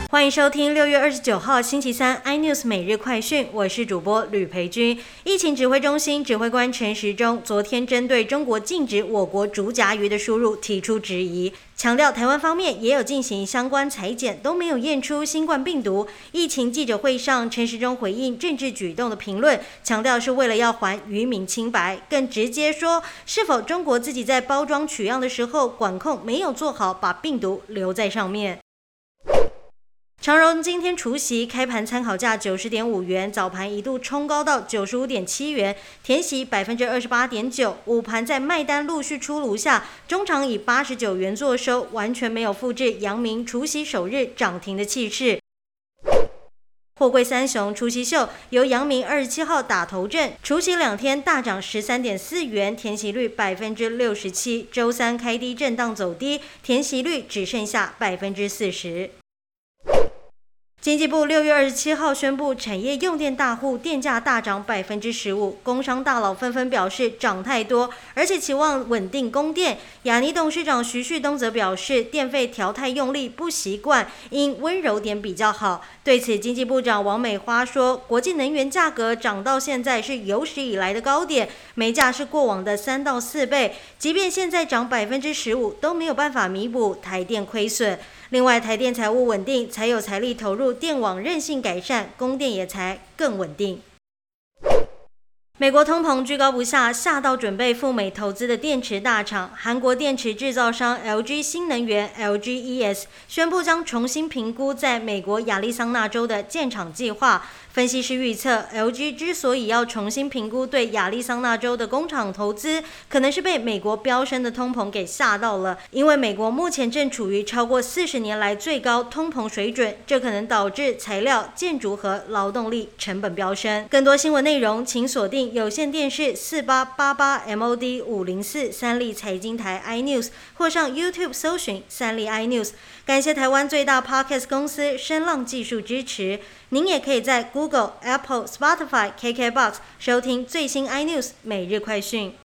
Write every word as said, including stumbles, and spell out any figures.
欢迎收听六月二十九号星期三 iNews 每日快讯，我是主播吕培君。疫情指挥中心指挥官陈时中昨天针对中国禁止我国竹荚鱼的输入提出质疑，强调台湾方面也有进行相关采检，都没有验出新冠病毒。疫情记者会上，陈时中回应政治举动的评论，强调是为了要还渔民清白，更直接说是否中国自己在包装取样的时候管控没有做好，把病毒留在上面。长荣今天除息，开盘参考价九十点五元，早盘一度冲高到九十五点七元，填息百分之二十八点九。午盘在卖单陆续出炉下，中场以八十九元作收，完全没有复制阳明除息首日涨停的气势。货柜三雄除息秀由阳明二十七号打头阵，除息两天大涨十三点四元，填息率百分之六十七。周三开低震荡走低，填息率只剩下百分之四十。经济部六月二十七号宣布，产业用电大户电价大涨百分之十五，工商大佬纷纷表示涨太多，而且期望稳定供电。亚泥董事长徐旭东则表示，电费调太用力不习惯，应温柔点比较好。对此，经济部长王美花说，国际能源价格涨到现在是有史以来的高点，煤价是过往的三到四倍，即便现在涨百分之十五，都没有办法弥补台电亏损。另外，台电财务稳定，才有财力投入电网韧性改善，供电也才更稳定。美国通膨居高不下，吓到准备赴美投资的电池大厂韩国电池制造商 L G 新能源 L G E S 宣布将重新评估在美国亚利桑那州的建厂计划。分析师预测 ，L G 之所以要重新评估对亚利桑那州的工厂投资，可能是被美国飙升的通膨给吓到了。因为美国目前正处于超过四十年来最高通膨水准，这可能导致材料、建筑和劳动力成本飙升。更多新闻内容，请锁定有线电视四八八八 M O D 五零四三立财经台 iNews， 或上 YouTube 搜寻三立 iNews。感谢台湾最大 Podcast 公司声浪技术支持。您也可以在 Google、Apple、Spotify、K K B O X 收听最新 iNews 每日快讯。